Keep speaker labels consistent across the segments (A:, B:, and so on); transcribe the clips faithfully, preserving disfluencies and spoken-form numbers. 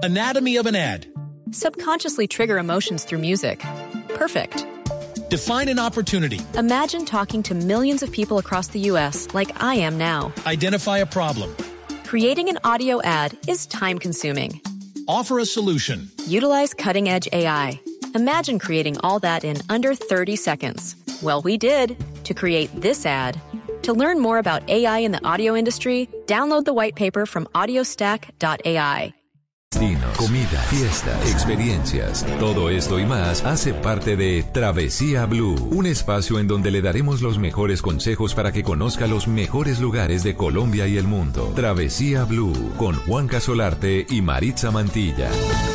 A: Anatomy of an ad.
B: Subconsciously trigger emotions through music. Perfect.
A: Define an opportunity.
B: Imagine talking to millions of people across the U S like I am now.
A: Identify a problem.
B: Creating an audio ad is time-consuming.
A: Offer a solution.
B: Utilize cutting-edge A I. Imagine creating all that in under thirty seconds. Well, we did to create this ad. To learn more about A I in the audio industry, download the white paper from audiostack dot A I.
C: Destinos, comida, fiestas, experiencias, todo esto y más hace parte de Travesía Blue, un espacio en donde le daremos los mejores consejos para que conozca los mejores lugares de Colombia y el mundo. Travesía Blue, con Juanca Solarte y Maritza Mantilla.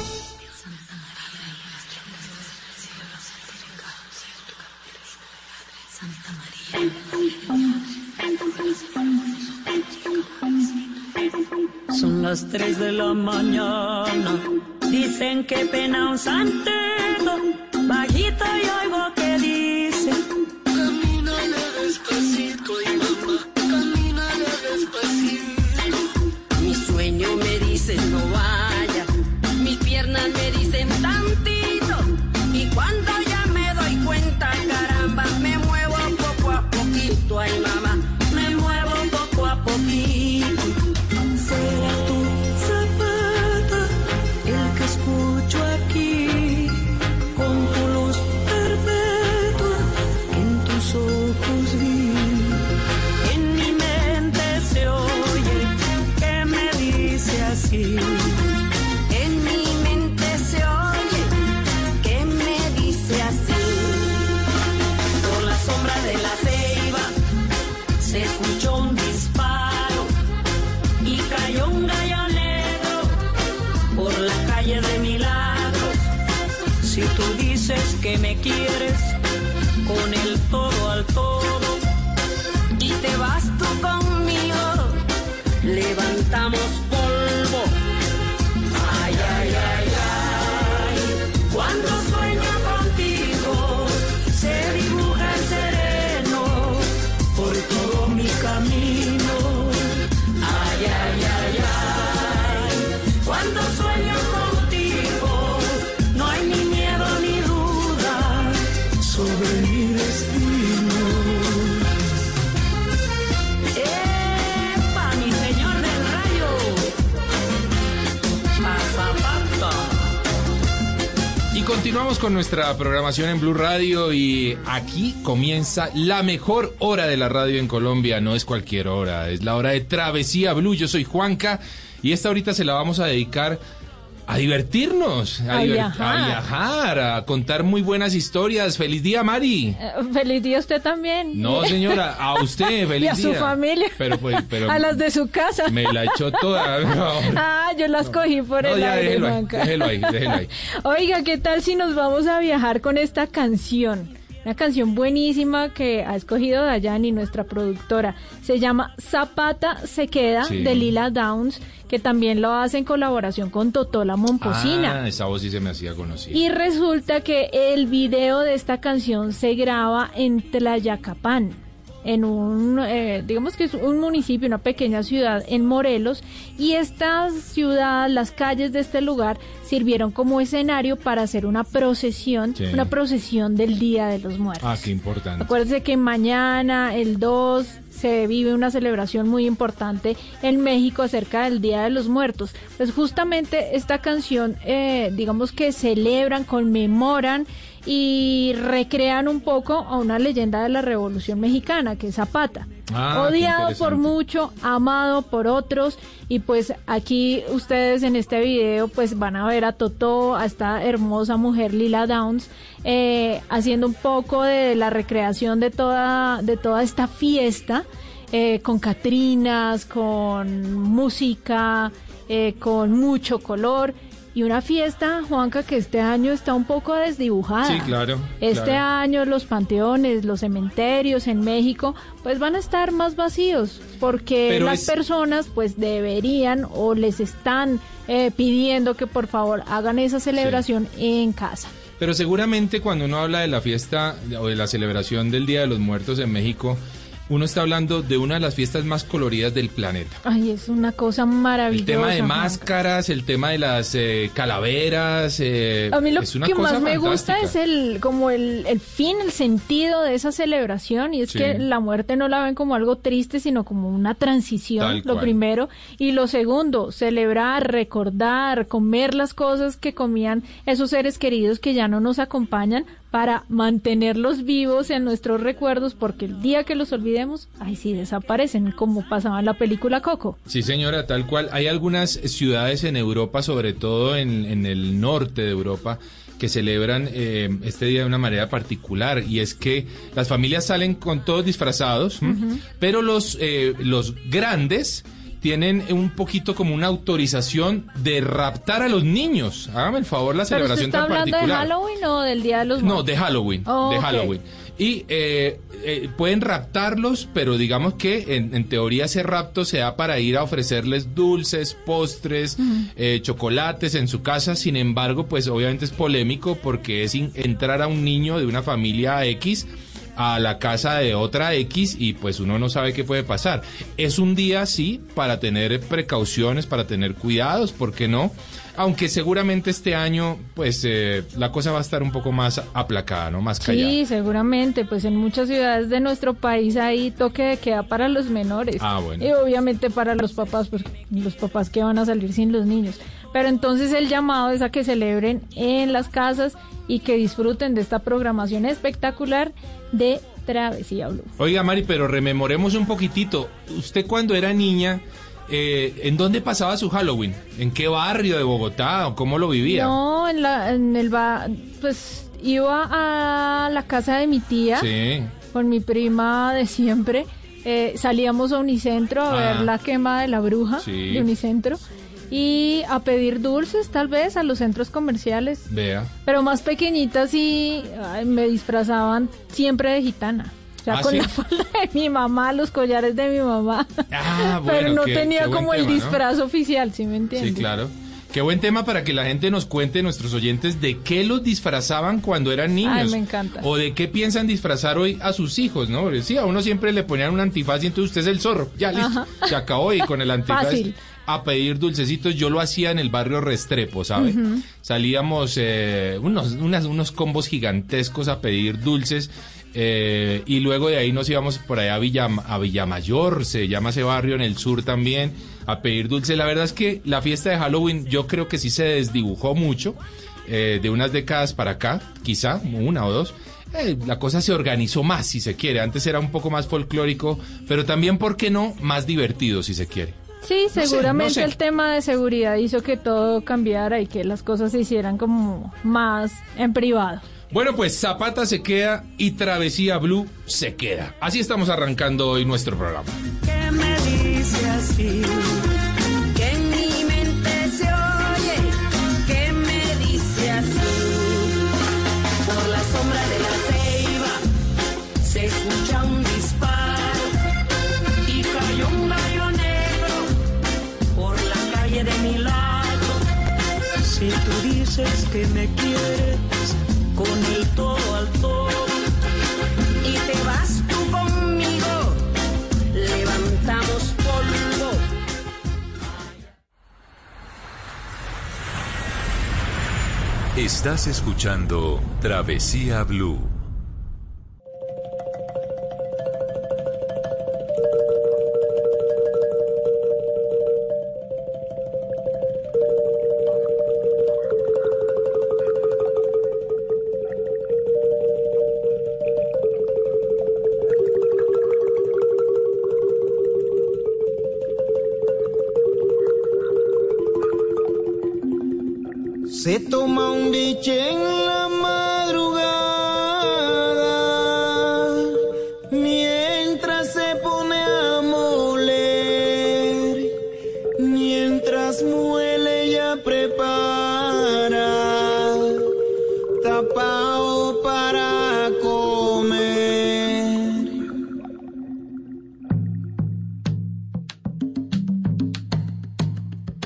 D: Son las tres de la mañana, dicen que pena un santeto, bajito y oigo que dice: camínale despacito, y mamá, camínale despacito. Mi sueño me dice no vaya, mis piernas me dicen tantito, y cuando ya me doy cuenta, caramba, me muevo poco a poquito, ay mamá, me muevo poco a poquito. Serás tú, Zapata, el que escucho aquí, con tu luz perpetua que en tus ojos vi. En mi mente se oye que me dice así. En mi mente se oye que me dice así. Por la sombra de la ceiba se escuchó un disparo y cayó un gallo negro por la calle de Milagros. Si tú dices que me quieres con el todo al todo y te vas tú conmigo, levantamos polvo. Ay, ay, ay, ay, cuando sueño contigo se dibuja el sereno por todo mi camino. Ay, ay, ay, ay, cuando sueño contigo, no hay ni miedo ni duda sobre mi destino. ¡Epa, mi señor del rayo! ¡Mazapata!
E: Y continuamos con nuestra programación en Blue Radio y aquí comienza la mejor hora de la radio en Colombia. No es cualquier hora, es la hora de Travesía Blue. Yo soy Juanca y esta horita se la vamos a dedicar a divertirnos, a,
F: a,
E: diver-
F: viajar.
E: a viajar, a contar muy buenas historias. ¡Feliz día, Mari!
F: Uh, feliz día a usted también.
E: No, señora, a usted, feliz día.
F: Y a su familia.
E: Pero, pues, pero
F: a las de su casa.
E: me la echó toda.
F: Ah, yo las
E: no.
F: cogí por
E: no,
F: el
E: ya,
F: aire,
E: déjelo ahí,
F: Juanca.
E: déjelo ahí, déjelo ahí.
F: Oiga, ¿qué tal si nos vamos a viajar con esta canción? Una canción buenísima que ha escogido Dayani, nuestra productora. Se llama Zapata se queda,
E: Sí.
F: de Lila Downs, que también lo hace en colaboración con Totola Momposina.
E: Ah, esa voz sí se me hacía conocida.
F: Y resulta que el video de esta canción se graba en Tlayacapán, en un, eh, digamos que es un municipio, una pequeña ciudad en Morelos, y esta ciudad, las calles de este lugar sirvieron como escenario para hacer una procesión,
E: Sí.
F: una procesión del Día de los Muertos.
E: Ah, qué importante.
F: Acuérdense que mañana, el dos, se vive una celebración muy importante en México acerca del Día de los Muertos. Pues justamente esta canción, eh, digamos que celebran, conmemoran y recrean un poco a una leyenda de la Revolución Mexicana, que es Zapata.
E: Ah, qué
F: Odiado por
E: interesante.
F: mucho, amado por otros, y pues aquí ustedes en este video pues van a ver a Totó, a esta hermosa mujer Lila Downs, eh, haciendo un poco de la recreación de toda, de toda esta fiesta, eh, con catrinas, con música, eh, con mucho color. Y una fiesta, Juanca, que este año está un poco desdibujada.
E: Sí, claro.
F: Este
E: claro.
F: año los panteones, los cementerios en México, pues van a estar más vacíos, porque
E: Pero
F: las
E: es-
F: personas pues deberían o les están eh, pidiendo que por favor hagan esa celebración en casa.
E: Pero seguramente cuando uno habla de la fiesta o de la celebración del Día de los Muertos en México, uno está hablando de una de las fiestas más coloridas del planeta.
F: Ay, es una cosa maravillosa.
E: El tema de
F: Juanca.
E: máscaras, el tema de las eh, calaveras, eh,
F: A mí lo
E: es una
F: que
E: cosa
F: más me
E: fantástica.
F: gusta es el como el, el fin, el sentido de esa celebración, y es
E: Sí.
F: que la muerte no la ven como algo triste, sino como una transición,
E: Tal
F: lo
E: cual.
F: primero, y lo segundo, celebrar, recordar, comer las cosas que comían esos seres queridos que ya no nos acompañan, para mantenerlos vivos en nuestros recuerdos, porque el día que los olvidemos, ay sí, desaparecen, como pasaba en la película Coco.
E: Sí, señora, tal cual. Hay algunas ciudades en Europa, sobre todo en, en el norte de Europa, que celebran eh, este día de una manera particular, y es que las familias salen con todos disfrazados, uh-huh. pero los, eh, los grandes tienen un poquito como una autorización de raptar a los niños. Hágame el favor, la
F: ¿Pero usted
E: celebración
F: está
E: tan
F: hablando
E: particular.
F: de Halloween o del Día de los
E: No,
F: Muertos?
E: de Halloween,
F: Oh,
E: de
F: ok.
E: Halloween. Y eh, eh, pueden raptarlos, pero digamos que en, en teoría ese rapto se da para ir a ofrecerles dulces, postres, uh-huh. eh, chocolates en su casa. Sin embargo, pues obviamente es polémico porque es in- entrar a un niño de una familia X a la casa de otra X y pues uno no sabe qué puede pasar. Es un día, sí, para tener precauciones, para tener cuidados, ¿por qué no? Aunque seguramente este año, pues, eh, la cosa va a estar un poco más aplacada, ¿no? Más callada.
F: Sí, seguramente, pues en muchas ciudades de nuestro país hay toque de queda para los menores.
E: Ah, bueno.
F: Y obviamente para los papás, pues los papás que van a salir sin los niños. Pero entonces el llamado es a que celebren en las casas y que disfruten de esta programación espectacular de Travesía Blue.
E: Oiga, Mari, pero rememoremos un poquitito. Usted cuando era niña, eh, ¿en dónde pasaba su Halloween? ¿En qué barrio de Bogotá o cómo lo vivía?
F: No, en, la, en el ba- pues iba a la casa de mi tía
E: Sí.
F: con mi prima de siempre. Eh, salíamos a Unicentro a
E: Ah.
F: ver la quema de la bruja
E: Sí.
F: de Unicentro y a pedir dulces tal vez a los centros comerciales.
E: Vea.
F: Pero más pequeñitas y ay, me disfrazaban siempre de gitana. O sea,
E: ¿Ah,
F: con
E: sí?
F: la falda de mi mamá, los collares de mi mamá.
E: Ah, bueno,
F: Pero no
E: qué-
F: tenía
E: qué buen
F: como el
E: tema, ¿no?
F: disfraz oficial, ¿sí me entiendes?
E: Sí, claro. Qué buen tema para que la gente nos cuente, nuestros oyentes, de qué los disfrazaban cuando eran niños.
F: Ay, me encanta.
E: O de qué piensan disfrazar hoy a sus hijos, ¿no? Porque sí, a uno siempre le ponían un antifaz y entonces usted es el zorro. Ya, listo.
F: Ajá.
E: Se acabó y con el antifaz
F: Fácil.
E: a pedir dulcecitos. Yo lo hacía en el barrio Restrepo, ¿sabe? Uh-huh. Salíamos eh, unos, unas, unos combos gigantescos a pedir dulces. Eh, y luego de ahí nos íbamos por allá a, Villa, a Villamayor, se llama ese barrio, en el sur también, a pedir dulce. La verdad es que la fiesta de Halloween yo creo que sí se desdibujó mucho, eh, de unas décadas para acá, quizá, una o dos. Eh, la cosa se organizó más, si se quiere. Antes era un poco más folclórico, pero también, ¿por qué no?, más divertido, si se quiere.
F: Sí,
E: No sé,
F: seguramente
E: no sé.
F: el tema de seguridad hizo que todo cambiara y que las cosas se hicieran como más en privado.
E: Bueno, pues Zapata se queda y Travesía Blue se queda. Así estamos arrancando hoy nuestro programa.
D: Que me dice así, que en mi mente se oye, que me dice así. Por la sombra de la ceiba se escucha un disparo y cayó un gallo negro por la calle de mi lado. Si tú dices que me quieres con el todo al todo y te vas tú conmigo, levantamos polvo.
C: Estás escuchando Travesía Blue.
G: Se toma un biche en la madrugada, mientras se pone a moler, mientras muele ya prepara, tapao para comer.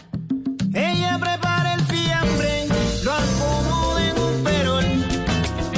G: Ella prepara el fiambre, lo acomoda en un perol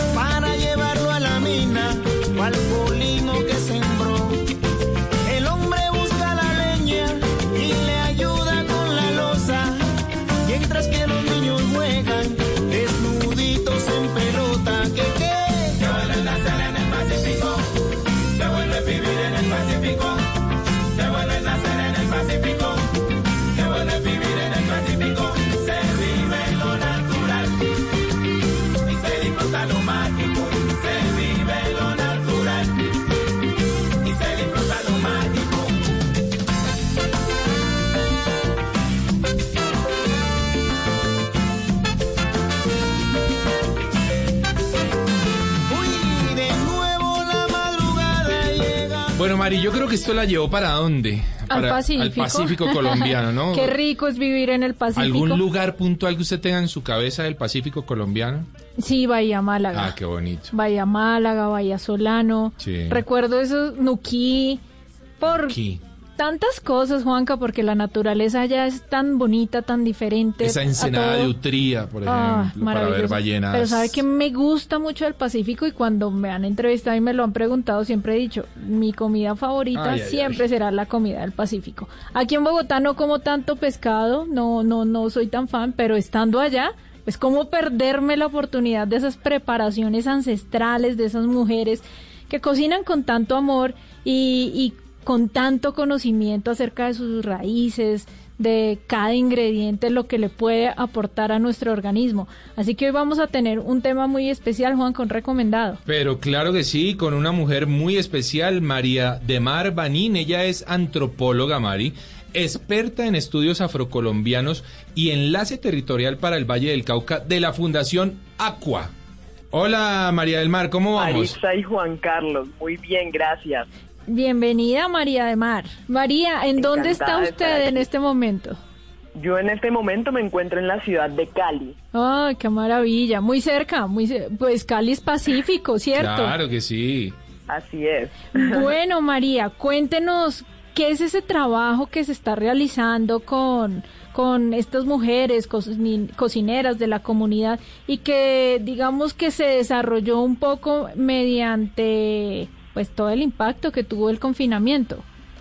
E: Bueno, Mari, yo creo que esto la llevó para dónde?
F: Al
E: Para,
F: Pacífico.
E: Al Pacífico colombiano, ¿no?
F: Qué rico es vivir en el Pacífico.
E: ¿Algún lugar puntual que usted tenga en su cabeza del Pacífico colombiano?
F: Sí, Bahía Málaga.
E: Ah, qué bonito.
F: Bahía Málaga, Bahía Solano.
E: Sí.
F: Recuerdo esos Nuquí, por
E: Aquí.
F: tantas cosas, Juanca, porque la naturaleza allá es tan bonita, tan diferente.
E: Esa ensenada
F: a todo.
E: de Utría, por
F: Ah,
E: ejemplo, para ver
F: maravilloso.
E: ballenas.
F: Pero sabe que me gusta mucho el Pacífico y cuando me han entrevistado y me lo han preguntado, siempre he dicho, mi comida favorita
E: Ay, ay,
F: siempre
E: ay.
F: será la comida del Pacífico. Aquí en Bogotá no como tanto pescado, no, no, no soy tan fan, pero estando allá, pues cómo perderme la oportunidad de esas preparaciones ancestrales, de esas mujeres que cocinan con tanto amor y, y con tanto conocimiento acerca de sus raíces, de cada ingrediente, lo que le puede aportar a nuestro organismo. Así que hoy vamos a tener un tema muy especial, Juan, con recomendado.
E: Pero claro que sí, con una mujer muy especial, María de Mar Banín. Ella es antropóloga, Mari, experta en estudios afrocolombianos y enlace territorial para el Valle del Cauca de la Fundación Aqua. Hola, María del Mar, ¿cómo vamos?
H: Marisa y Juan Carlos, muy bien, gracias.
F: Bienvenida, María de Mar. María, ¿en dónde está
H: Encantada de estar
F: usted en
H: aquí.
F: este momento?
H: Yo en este momento me encuentro en la ciudad de Cali.
F: Ay, qué maravilla, muy cerca, muy ce- pues Cali es Pacífico, ¿cierto?
E: Claro que sí.
H: Así es.
F: Bueno, María, cuéntenos qué es ese trabajo que se está realizando con, con estas mujeres cocin- cocineras de la comunidad y que digamos que se desarrolló un poco mediante pues todo el impacto que tuvo el confinamiento.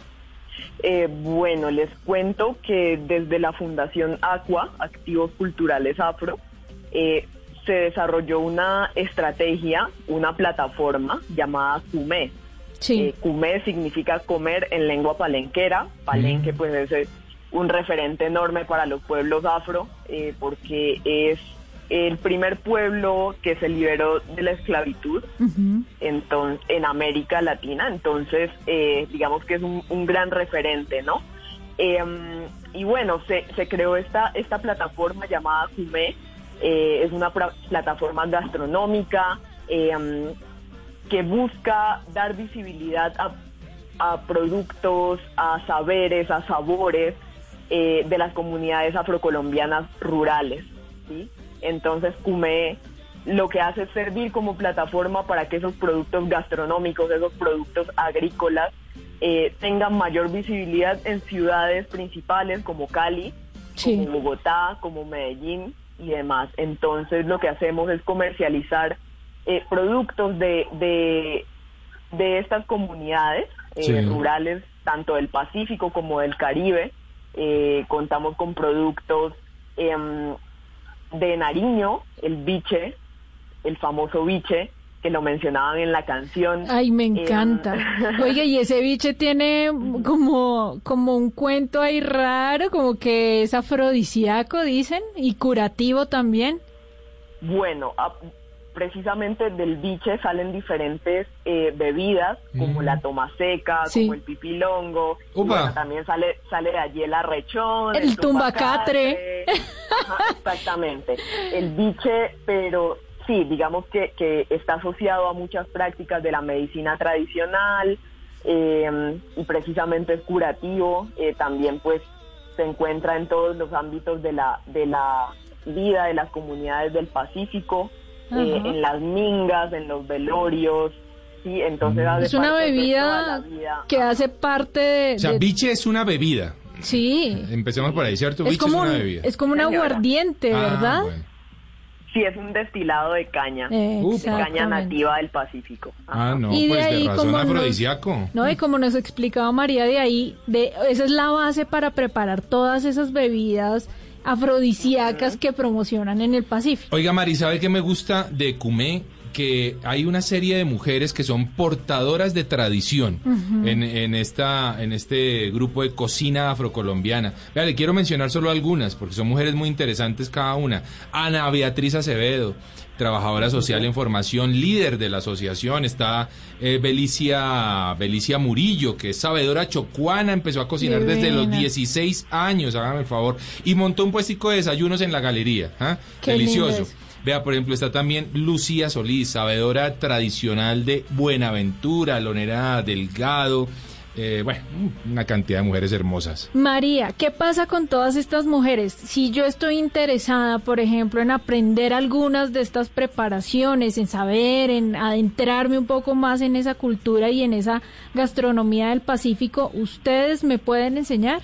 H: Eh, bueno, les cuento que desde la Fundación Aqua, Activos Culturales Afro, eh, se desarrolló una estrategia, una plataforma llamada Cumé.
F: Sí.
H: Eh, Cumé significa comer en lengua palenquera. Palenque
E: Mm.
H: pues es un referente enorme para los pueblos afro, eh, porque es el primer pueblo que se liberó de la esclavitud
F: Ujú.
H: entonces, en América Latina, entonces eh, digamos que es un, un gran referente, ¿no? Eh, y bueno, se, se creó esta, esta plataforma llamada Cumé, eh, es una pra- plataforma gastronómica eh, que busca dar visibilidad a, a productos, a saberes, a sabores eh, de las comunidades afrocolombianas rurales, ¿sí? Entonces Cumé lo que hace es servir como plataforma para que esos productos gastronómicos, esos productos agrícolas, eh, tengan mayor visibilidad en ciudades principales como Cali,
F: Sí.
H: como Bogotá, como Medellín y demás. Entonces lo que hacemos es comercializar eh, productos de, de, de estas comunidades eh,
E: Sí.
H: rurales, tanto del Pacífico como del Caribe. Eh, contamos con productos em, de Nariño, el biche, el famoso biche, que lo mencionaban en la canción.
F: Ay, me
H: Em,
F: encanta. Oiga, y ese biche tiene como, como un cuento ahí raro, como que es afrodisíaco, dicen, y curativo también.
H: Bueno, a- precisamente del biche salen diferentes eh, bebidas, como
E: Mm.
H: la toma seca,
F: Sí.
H: como el pipilongo. Y
E: Upa.
H: bueno, también sale sale de allí el arrechón,
F: El tumbacatre.
H: Ajá, exactamente. El biche, pero sí, digamos que, que está asociado a muchas prácticas de la medicina tradicional eh, y precisamente es curativo. Eh, también pues se encuentra en todos los ámbitos de la, de la vida de las comunidades del Pacífico, eh,
F: Ajá.
H: en las mingas, en los velorios, sí, entonces hace
F: Es una
H: parte de toda la
F: bebida
H: vida.
F: que hace parte de...
E: O sea,
F: de-
E: biche es una bebida.
F: sí,
E: Empecemos por ahí, ¿cierto?
F: es
E: Biche
F: como,
E: es una
F: un,
E: bebida.
F: es como un
H: Señora.
F: aguardiente,
E: Ah,
F: ¿verdad?
E: bueno.
H: Sí, es un destilado de caña,
F: Exactamente.
H: caña nativa del Pacífico.
E: Ah,
H: Ajá.
E: no,
F: Y de
E: pues
F: ahí
E: de razón
F: como nos-
E: afrodisíaco.
F: No, y como nos explicaba María de ahí, de esa es la base para preparar todas esas bebidas afrodisíacas que promocionan en el Pacífico.
E: Oiga, Mari, ¿sabe qué me gusta de Cumé? Que hay una serie de mujeres que son portadoras de tradición en, en, esta, en este grupo de cocina afrocolombiana. Vea, le quiero mencionar solo algunas, porque son mujeres muy interesantes cada una. Ana Beatriz Acevedo, trabajadora social en formación, líder de la asociación. Está eh, Belicia, Belicia Murillo, que es sabedora chocuana, empezó a cocinar
F: Qué
E: desde los
F: buena.
E: dieciséis años, hágame el favor, y montó un puestico de desayunos en la galería. ¿Ah?
F: Qué lindo
E: Delicioso.
F: eso.
E: Vea, por ejemplo, está también Lucía Solís, y sabedora tradicional de Buenaventura, Lonera Delgado, eh, bueno, una cantidad de mujeres hermosas.
F: María, ¿qué pasa con todas estas mujeres? Si yo estoy interesada, por ejemplo, en aprender algunas de estas preparaciones, en saber, en adentrarme un poco más en esa cultura y en esa gastronomía del Pacífico, ¿ustedes me pueden enseñar?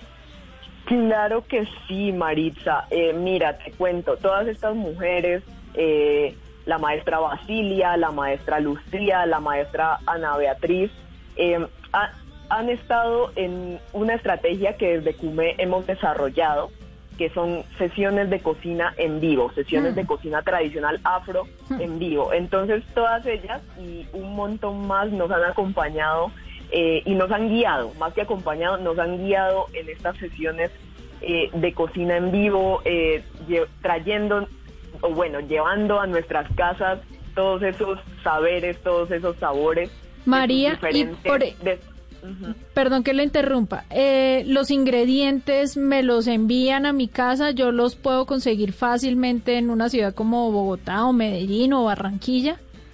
H: Claro que sí, Maritza. Eh, mira, te cuento, todas estas mujeres, eh, la maestra Basilia, la maestra Lucía, la maestra Ana Beatriz, eh, ha, han estado en una estrategia que desde CUME hemos desarrollado, que son sesiones de cocina en vivo, sesiones mm. de cocina tradicional afro mm. en vivo. Entonces, todas ellas y un montón más nos han acompañado eh, y nos han guiado, más que acompañado, nos han guiado en estas sesiones eh, de cocina en vivo, eh, lle- trayendo, o bueno, llevando a nuestras casas todos esos saberes, todos esos sabores.
F: María, y por... de... Uh-huh. Perdón que le interrumpa, eh, los ingredientes me los envían a mi casa, yo los puedo conseguir fácilmente en una ciudad como Bogotá o Medellín o Barranquilla.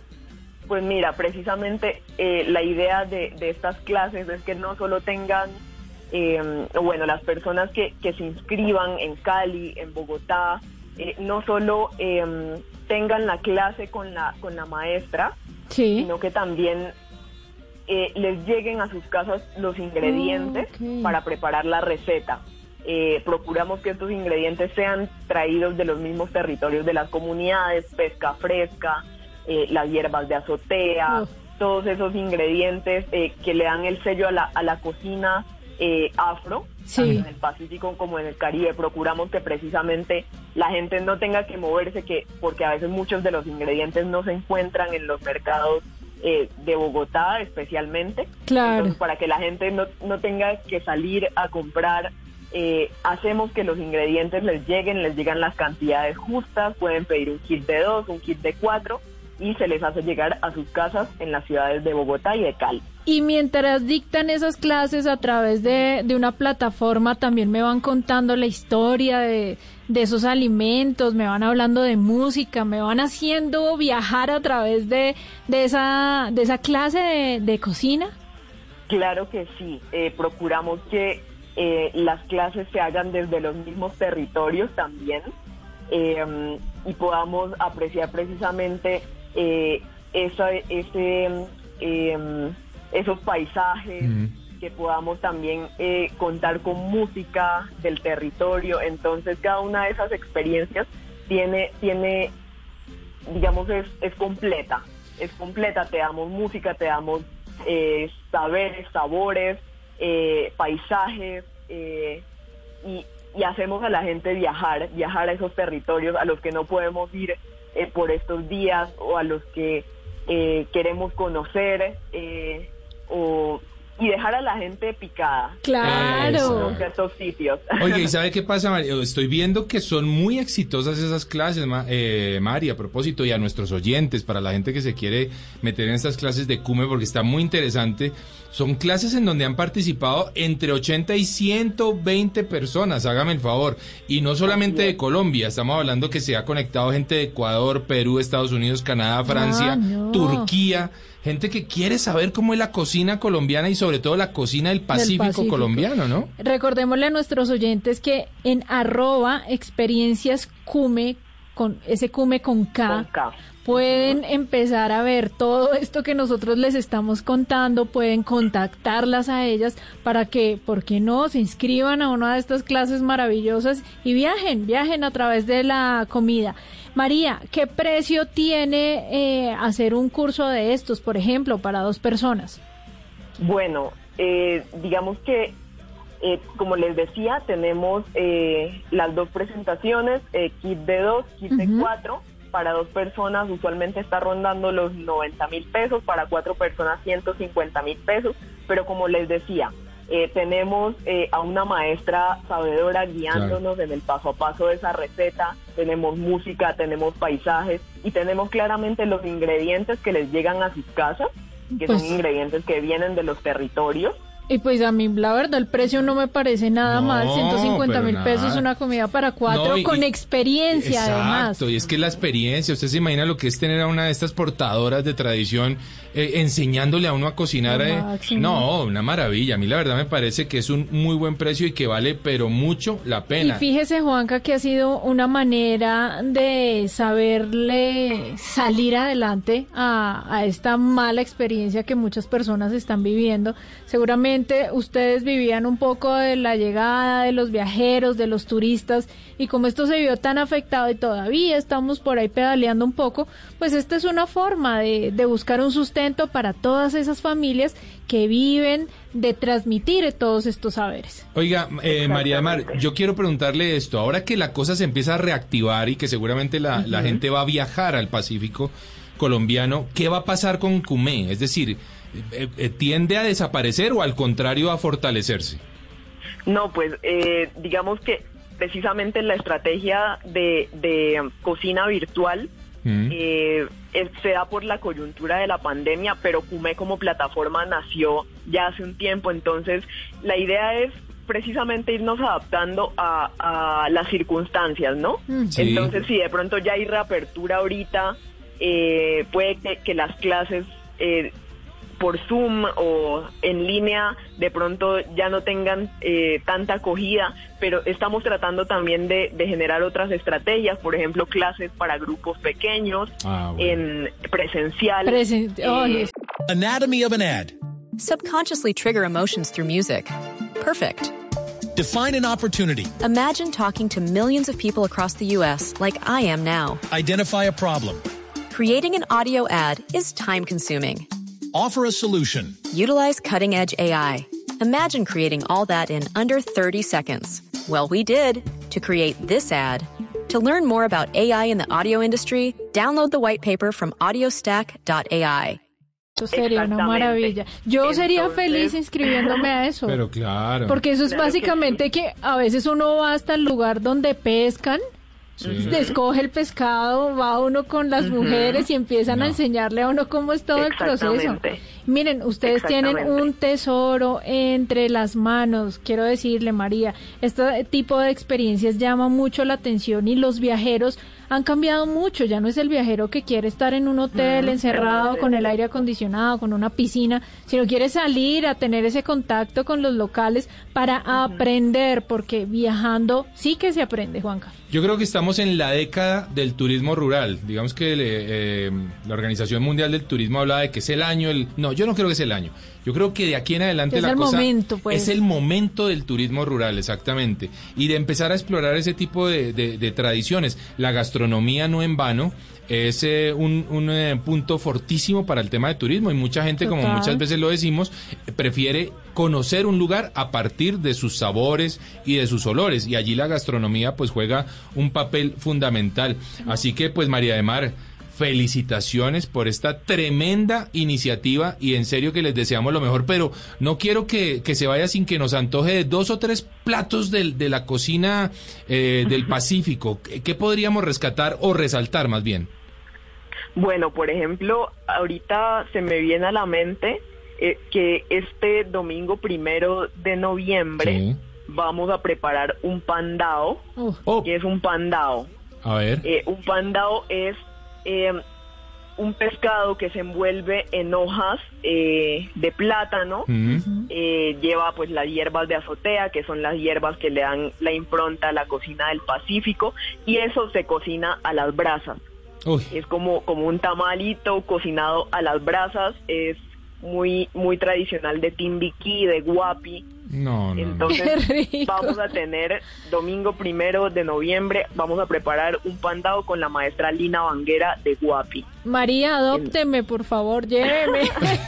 H: Pues mira, precisamente eh, la idea de, de estas clases es que no solo tengan, eh, bueno, las personas que, que se inscriban en Cali, en Bogotá, eh, no solo eh, tengan la clase con la, con la maestra,
F: sí,
H: sino que también Eh, les lleguen a sus casas los ingredientes oh, okay. para preparar la receta. Eh, procuramos que estos ingredientes sean traídos de los mismos territorios de las comunidades, pesca fresca, eh, las hierbas de azotea, oh. todos esos ingredientes eh, que le dan el sello a la, a la cocina eh, afro,
F: sí.
H: tanto en el Pacífico como en el Caribe. Procuramos que precisamente la gente no tenga que moverse, que porque a veces muchos de los ingredientes no se encuentran en los mercados Eh, de Bogotá especialmente,
F: claro.
H: Entonces, para que la gente no, no tenga que salir a comprar, eh, hacemos que los ingredientes les lleguen, les llegan las cantidades justas, pueden pedir un kit de dos, un kit de cuatro, y se les hace llegar a sus casas en las ciudades de Bogotá y de Cali.
F: Y mientras dictan esas clases a través de, de una plataforma, también me van contando la historia de, de esos alimentos, me van hablando de música, me van haciendo viajar a través de, de, esa, de esa clase de, de cocina.
H: Claro que sí, eh, procuramos que eh, las clases se hagan desde los mismos territorios también eh, y podamos apreciar precisamente eh, esa, ese... Eh, esos paisajes, mm. que podamos también eh, contar con música del territorio. Entonces cada una de esas experiencias tiene, tiene digamos, es, es completa, es completa, te damos música, te damos eh, saberes, sabores, eh, paisajes, eh, y, y hacemos a la gente viajar, viajar a esos territorios a los que no podemos ir eh, por estos días, o a los que eh, queremos conocer, eh, o y dejar a la gente picada.
F: Claro.
H: En ciertos sitios.
E: Oye, ¿y sabe qué pasa, María? Estoy viendo que son muy exitosas esas clases, Ma, eh, Mari, a propósito, y a nuestros oyentes, para la gente que se quiere meter en estas clases de CUME, porque está muy interesante. Son clases en donde han participado entre ochenta y ciento veinte personas, hágame el favor. Y no solamente de Colombia, estamos hablando que se ha conectado gente de Ecuador, Perú, Estados Unidos, Canadá, Francia,
F: ah, no.
E: Turquía. Gente que quiere saber cómo es la cocina colombiana y sobre todo la cocina del Pacífico, del Pacífico colombiano, ¿no?
F: Recordémosle a nuestros oyentes que en arroba experiencias CUME, con ese CUME con K,
H: con K.
F: pueden uh-huh. empezar a ver todo esto que nosotros les estamos contando, pueden contactarlas a ellas para que, ¿por qué no?, se inscriban a una de estas clases maravillosas y viajen, viajen a través de la comida. María, ¿qué precio tiene eh, hacer un curso de estos, por ejemplo, para dos personas?
H: Bueno, eh, digamos que, eh, como les decía, tenemos eh, las dos presentaciones, eh, kit de dos, kit uh-huh. de cuatro. Para dos personas usualmente está rondando los noventa mil pesos, para cuatro personas ciento cincuenta mil pesos, pero como les decía, Eh, tenemos eh, a una maestra sabedora guiándonos claro. en el paso a paso de esa receta, tenemos música, tenemos paisajes y tenemos claramente los ingredientes que les llegan a sus casas, que pues... son ingredientes que vienen de los territorios,
F: Y pues a mí, la verdad, el precio no me parece nada
E: No,
F: mal. ciento cincuenta mil
E: pero
F: pesos
E: nada.
F: una comida para cuatro
E: No, y-
F: con experiencia,
E: Exacto,
F: además.
E: y es que la experiencia, usted se imagina lo que es tener a una de estas portadoras de tradición eh, enseñándole a uno a cocinar.
F: Lo
E: eh,
F: máximo.
E: No, una maravilla. A mí la verdad me parece que es un muy buen precio y que vale pero mucho la
F: Y
E: pena.
F: fíjese, Juanca, que ha sido una manera de saberle salir adelante a, a esta mala experiencia que muchas personas están viviendo. Seguramente ustedes vivían un poco de la llegada de los viajeros, de los turistas, y como esto se vio tan afectado y todavía estamos por ahí pedaleando un poco, pues esta es una forma de, de buscar un sustento para todas esas familias que viven de transmitir todos estos saberes.
E: Oiga, eh, María de Mar, yo quiero preguntarle esto. Ahora que la cosa se empieza a reactivar y que seguramente la, uh-huh. la gente va a viajar al Pacífico colombiano, ¿qué va a pasar con Cumé? Es decir, eh, eh, ¿tiende a desaparecer o al contrario a fortalecerse?
H: No, pues eh, digamos que precisamente la estrategia de, de cocina virtual mm. eh, es, se da por la coyuntura de la pandemia, pero Cumé como plataforma nació ya hace un tiempo, entonces la idea es precisamente irnos adaptando a, a las circunstancias, ¿no? Sí. Entonces, si de pronto ya hay reapertura ahorita, eh, puede que, que las clases eh, por Zoom o en línea de pronto ya no tengan eh, tanta acogida, pero estamos tratando también de, de generar otras estrategias, por ejemplo, clases para grupos pequeños, ah, bueno. en presencial.
F: Presen- oh, yes.
A: Anatomy of an ad.
B: Subconsciously trigger emotions through music. Perfect.
A: Define an opportunity.
B: Imagine talking to millions of people across the U S like I am now.
A: Identify a problem.
B: Creating an audio ad is time-consuming.
A: Offer a solution.
B: Utilize cutting-edge A I. Imagine creating all that in under thirty seconds. Well, we did to create this ad. To learn more about A I in the audio industry, download the white paper from audiostack dot A I.
F: Eso sería una maravilla. Yo Entonces, sería feliz inscribiéndome a eso.
E: Pero claro.
F: Porque eso es
H: claro
F: básicamente
H: que, sí.
F: que a veces uno va hasta el lugar donde pescan, sí. escoge el pescado, va uno con las uh-huh. mujeres y empiezan no. a enseñarle a uno cómo es todo el proceso. Miren, ustedes tienen un tesoro entre las manos, quiero decirle, María, este tipo de experiencias llama mucho la atención y los viajeros han cambiado mucho, ya no es el viajero que quiere estar en un hotel encerrado con el aire acondicionado, con una piscina, sino quiere salir a tener ese contacto con los locales para aprender, porque viajando sí que se aprende, Juanca.
E: Yo creo que estamos en la década del turismo rural. Digamos que eh, la Organización Mundial del Turismo habla de que es el año, el no, yo no creo que es el año. Yo creo que de aquí en adelante
F: es
E: la
F: el
E: cosa
F: momento, pues.
E: es el momento del turismo rural, exactamente, y de empezar a explorar ese tipo de, de, de tradiciones. La gastronomía, no en vano, es eh, un, un eh, punto fortísimo para el tema de turismo, y mucha gente, Total. como muchas veces lo decimos, eh, prefiere conocer un lugar a partir de sus sabores y de sus olores, y allí la gastronomía pues juega un papel fundamental. Así que pues, María de Mar, felicitaciones por esta tremenda iniciativa, y en serio que les deseamos lo mejor, pero no quiero que, que se vaya sin que nos antoje de dos o tres platos de, de la cocina eh, del Pacífico. ¿Qué, ¿Qué podríamos rescatar o resaltar más bien?
H: Bueno, por ejemplo, ahorita se me viene a la mente eh, que este domingo primero de noviembre sí. vamos a preparar un pandao, uh. que es un pandao.
E: A ver.
H: Eh, un pandao es Eh, un pescado que se envuelve en hojas eh, de plátano, uh-huh. eh, lleva pues las hierbas de azotea, que son las hierbas que le dan la impronta a la cocina del Pacífico, y eso se cocina a las brasas. Uy. Es como, como un tamalito cocinado a las brasas, es muy muy tradicional de Timbiquí, de Guapi.
E: No, no,
H: Entonces vamos a tener domingo primero de noviembre, vamos a preparar un pandao con la maestra Lina Banguera de Guapi.
F: María, adópteme, por favor, lléveme.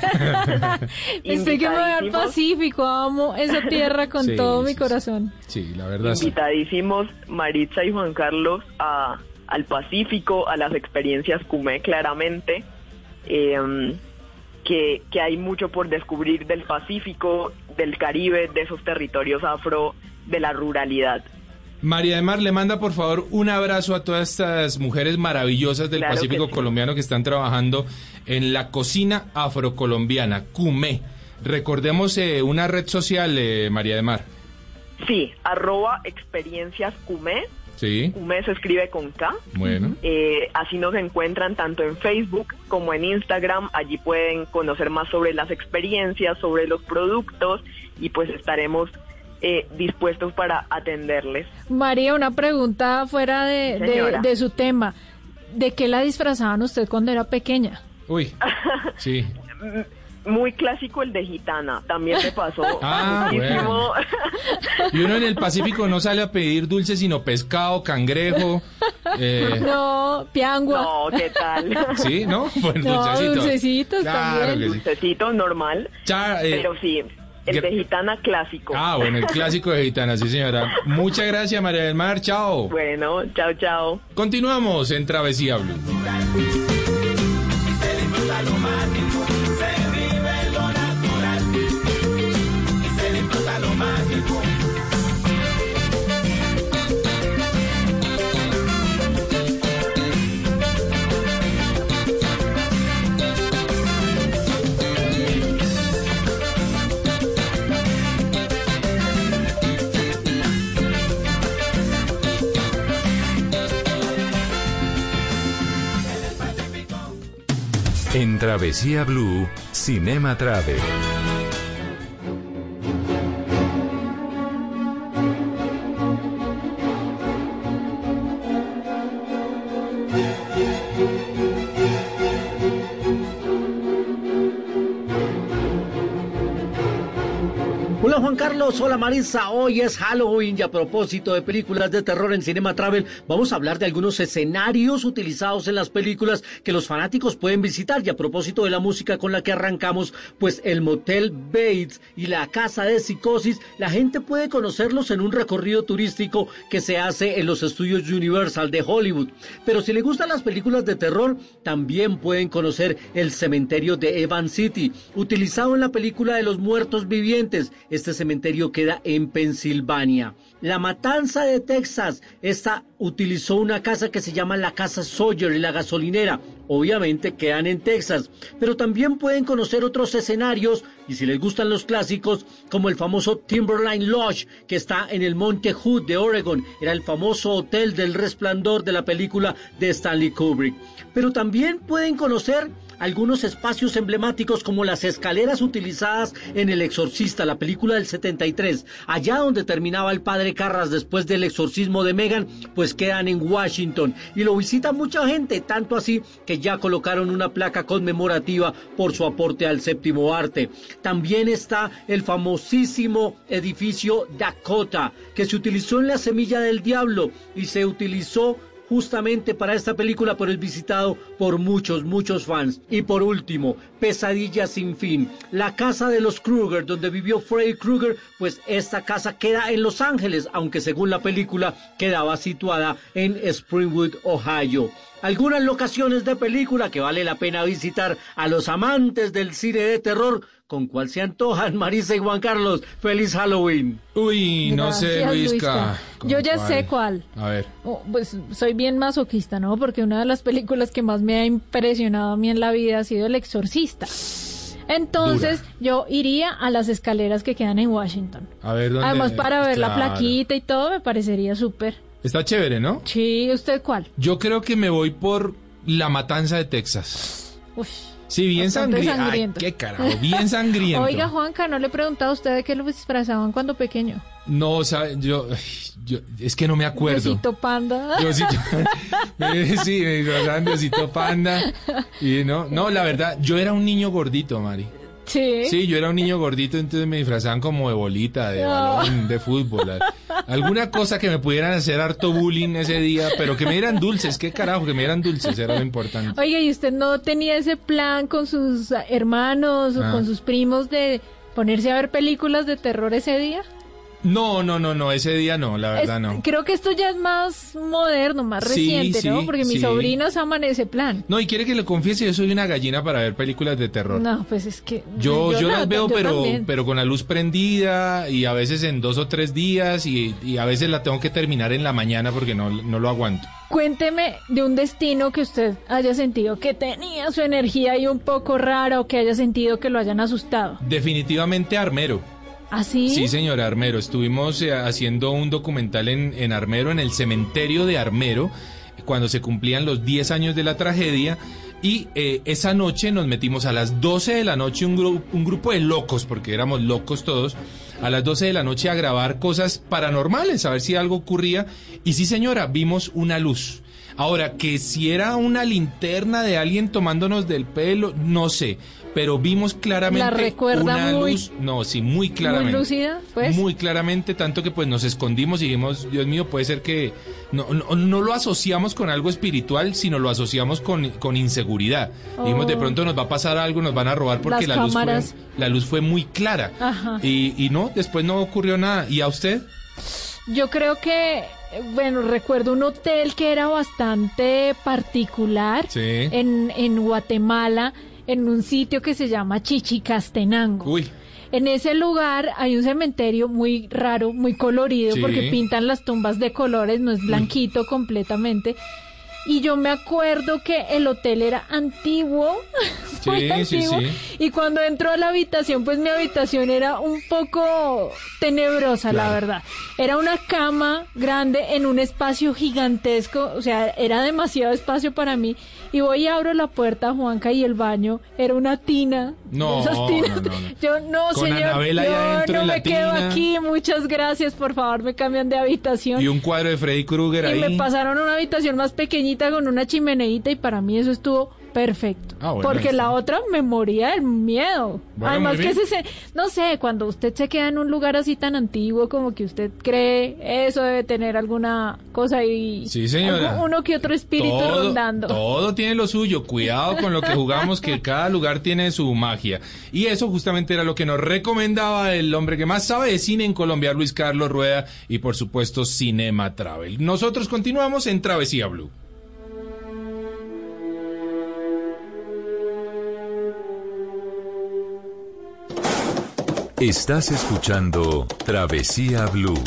F: Estoy que me voy al Pacífico, amo esa tierra con sí, todo sí, mi corazón.
E: Sí, la verdad.
H: Invitadísimos Maritza y Juan Carlos a, al Pacífico, a las experiencias Cumé, claramente. Eh, Que, que hay mucho por descubrir del Pacífico, del Caribe, de esos territorios afro, de la ruralidad.
E: María de Mar, le manda por favor un abrazo a todas estas mujeres maravillosas del claro Pacífico sí. colombiano que están trabajando en la cocina afrocolombiana, Cumé. Recordemos eh, una red social, eh, María de Mar.
H: Sí, arroba experiencias Cume.
E: Sí.
H: Cume se escribe con K.
E: Bueno.
H: Eh, así nos encuentran tanto en Facebook como en Instagram. Allí pueden conocer más sobre las experiencias, sobre los productos y pues estaremos eh, dispuestos para atenderles.
F: María, una pregunta fuera de, de, de su tema. ¿De qué la disfrazaban usted cuando era pequeña?
E: Uy, sí.
H: Muy clásico el de gitana, también me pasó.
E: Ah, bueno. Y uno en el Pacífico no sale a pedir dulces, sino pescado, cangrejo. Eh...
F: No, piangua.
H: No, ¿qué tal?
E: ¿Sí? ¿No? Bueno,
F: no,
E: dulcecitos.
F: dulcecitos
E: claro
F: también.
E: Que sí.
H: Dulcecitos normal,
E: Cha, eh...
H: pero sí, el de gitana clásico.
E: Ah, bueno, el clásico de gitana, sí señora. Muchas gracias, María del Mar, chao.
H: Bueno, chao, chao.
E: Continuamos en Travesía Blue.
C: En Travesía Blue, Cinema Travel.
I: Hola Juan Carlos, hola Marisa, hoy es Halloween y a propósito de películas de terror en Cinema Travel, vamos a hablar de algunos escenarios utilizados en las películas que los fanáticos pueden visitar y a propósito de la música con la que arrancamos, pues el Motel Bates y la Casa de Psicosis, la gente puede conocerlos en un recorrido turístico que se hace en los estudios Universal de Hollywood, pero si les gustan las películas de terror, también pueden conocer el cementerio de Evans City, utilizado en la película de los muertos vivientes. Este cementerio queda en Pensilvania. La Matanza de Texas, esta utilizó una casa que se llama la Casa Sawyer y la gasolinera. Obviamente quedan en Texas, pero también pueden conocer otros escenarios y si les gustan los clásicos, como el famoso Timberline Lodge, que está en el Monte Hood de Oregon. Era el famoso hotel del Resplandor de la película de Stanley Kubrick. Pero también pueden conocer algunos espacios emblemáticos como las escaleras utilizadas en El Exorcista, la película del setenta y tres, allá donde terminaba el padre Carras después del exorcismo de Megan, pues quedan en Washington y lo visita mucha gente, tanto así que ya colocaron una placa conmemorativa por su aporte al séptimo arte. También está el famosísimo edificio Dakota, que se utilizó en La Semilla del Diablo y se utilizó justamente para esta película, pero es visitado por muchos, muchos fans. Y por último, Pesadilla sin fin, la casa de los Krueger, donde vivió Freddy Krueger, pues esta casa queda en Los Ángeles, aunque según la película quedaba situada en Springwood, Ohio. Algunas locaciones de película que vale la pena visitar a los amantes del cine de terror. ¿Con cuál se antojan, Marisa y Juan Carlos? ¡Feliz Halloween!
E: Uy, no
F: Gracias,
E: sé, Luisca.
F: Yo ya
E: cuál?
F: sé cuál.
E: A ver.
F: Oh, pues soy bien masoquista, ¿no? Porque una de las películas que más me ha impresionado a mí en la vida ha sido El Exorcista. Entonces, Dura. yo iría a las escaleras que quedan en Washington.
E: A ver, ¿dónde?
F: Además, para ver
E: claro.
F: la plaquita y todo, me parecería súper.
E: Está chévere, ¿no?
F: Sí, ¿usted cuál?
E: Yo creo que me voy por La Matanza de Texas.
F: Uf.
E: Sí, bien sangri- sangriento. Ay, qué carajo, bien sangriento.
F: Oiga, Juanca, ¿no le he preguntado a usted de qué lo disfrazaban cuando pequeño?
E: No, sabe, yo, yo, es que no me acuerdo.
F: Diosito Panda.
E: Diosito, sí, me disfrazaban Diosito Panda. Y no, no, la verdad, yo era un niño gordito, Mari.
F: Sí.
E: Sí, yo era un niño gordito, entonces me disfrazaban como de bolita, de no. balón, de fútbol. Alguna cosa que me pudieran hacer harto bullying ese día, pero que me dieran dulces, qué carajo, que me dieran dulces, era lo importante.
F: Oiga, ¿y usted no tenía ese plan con sus hermanos o ah. con sus primos de ponerse a ver películas de terror ese día?
E: No, no, no, no, ese día no, la verdad
F: Es-
E: no.
F: Creo que esto ya es más moderno, más
E: Sí,
F: reciente, ¿no?
E: sí,
F: Porque mis
E: sí.
F: sobrinos aman ese plan.
E: No, y quiere que le confiese, yo soy una gallina para ver películas de terror.
F: No, pues es que...
E: Yo, yo,
F: la-
E: las veo,
F: yo
E: pero,
F: también.
E: pero con la luz prendida y a veces en dos o tres días y, y a veces la tengo que terminar en la mañana porque no, no lo aguanto.
F: Cuénteme de un destino que usted haya sentido que tenía su energía ahí un poco rara o que haya sentido que lo hayan asustado.
E: Definitivamente Armero.
F: ¿Así?
E: Sí, señora, Armero. Estuvimos eh, haciendo un documental en, en Armero, en el cementerio de Armero, cuando se cumplían los diez años de la tragedia. Y eh, esa noche nos metimos a las doce de la noche, un, gru- un grupo de locos, porque éramos locos todos, a las doce de la noche a grabar cosas paranormales, a ver si algo ocurría. Y sí, señora, vimos una luz. Ahora, que si era una linterna de alguien tomándonos del pelo, no sé, pero vimos claramente
F: ¿La recuerda
E: una
F: muy-
E: luz. No, sí, muy claramente.
F: ¿Muy lúcida, pues?
E: Muy claramente, tanto que pues nos escondimos y dijimos, Dios mío, puede ser que no, no, no lo asociamos con algo espiritual, sino lo asociamos con, con inseguridad. Dijimos,
F: Oh.
E: de pronto nos va a pasar algo, nos van a robar porque
F: Las
E: la luz, fue,
F: cámaras.
E: la luz fue muy clara.
F: Ajá.
E: Y, y no, después no ocurrió nada. ¿Y a usted?
F: Yo creo que, eh, bueno, recuerdo un hotel que era bastante particular
E: Sí.
F: en, en Guatemala, en un sitio que se llama Chichicastenango.
E: Uy.
F: En ese lugar hay un cementerio muy raro, muy colorido,
E: Sí.
F: porque pintan las tumbas de colores, no es blanquito completamente. Y yo me acuerdo que el hotel era antiguo, muy
E: Sí, sí,
F: antiguo.
E: sí.
F: Y cuando entró a la habitación, pues mi habitación era un poco tenebrosa, la
E: Claro.
F: verdad. Era una cama grande en un espacio gigantesco, o sea, era demasiado espacio para mí. Y voy y abro la puerta, Juanca, y el baño era una tina.
E: No,
F: de esas tinas.
E: no, no, no.
F: Yo, no,
E: Con
F: señor,
E: Anabel ahí
F: yo
E: adentro
F: no
E: en la
F: me quedo
E: tina.
F: aquí, muchas gracias, por favor, me cambian de habitación.
E: Y un cuadro de Freddy Krueger
F: Y
E: ahí.
F: me pasaron a una habitación más pequeñita con una chimeneita y para mí eso estuvo perfecto.
E: Ah, bueno,
F: porque
E: está.
F: la otra me moría del miedo.
E: Bueno,
F: Además
E: muy
F: que
E: bien.
F: ese, se- no sé, cuando usted se queda en un lugar así tan antiguo como que usted cree, eso debe tener alguna cosa ahí.
E: Sí, señora.
F: algo- Uno que otro espíritu
E: todo,
F: rondando.
E: todo tiene lo suyo. Cuidado con lo que jugamos, que cada lugar tiene su magia. Y eso justamente era lo que nos recomendaba el hombre que más sabe de cine en Colombia, Luis Carlos Rueda, y por supuesto Cinema Travel. Nosotros continuamos en Travesía Blue.
C: Estás escuchando Travesía Blue.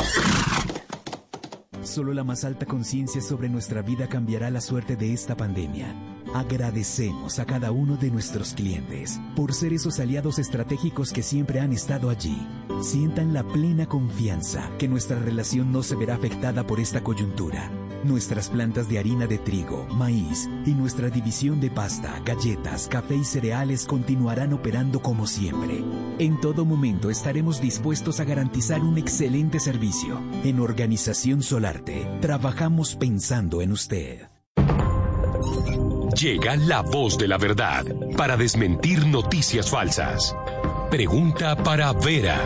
J: Solo la más alta conciencia sobre nuestra vida cambiará la suerte de esta pandemia. Agradecemos a cada uno de nuestros clientes por ser esos aliados estratégicos que siempre han estado allí. Sientan la plena confianza que nuestra relación no se verá afectada por esta coyuntura. Nuestras plantas de harina de trigo, maíz y nuestra división de pasta, galletas, café y cereales continuarán operando como siempre. En todo momento estaremos dispuestos a garantizar un excelente servicio. En Organización Solarte, trabajamos pensando en usted.
K: Llega la voz de la verdad para desmentir noticias falsas. Pregunta para Vera.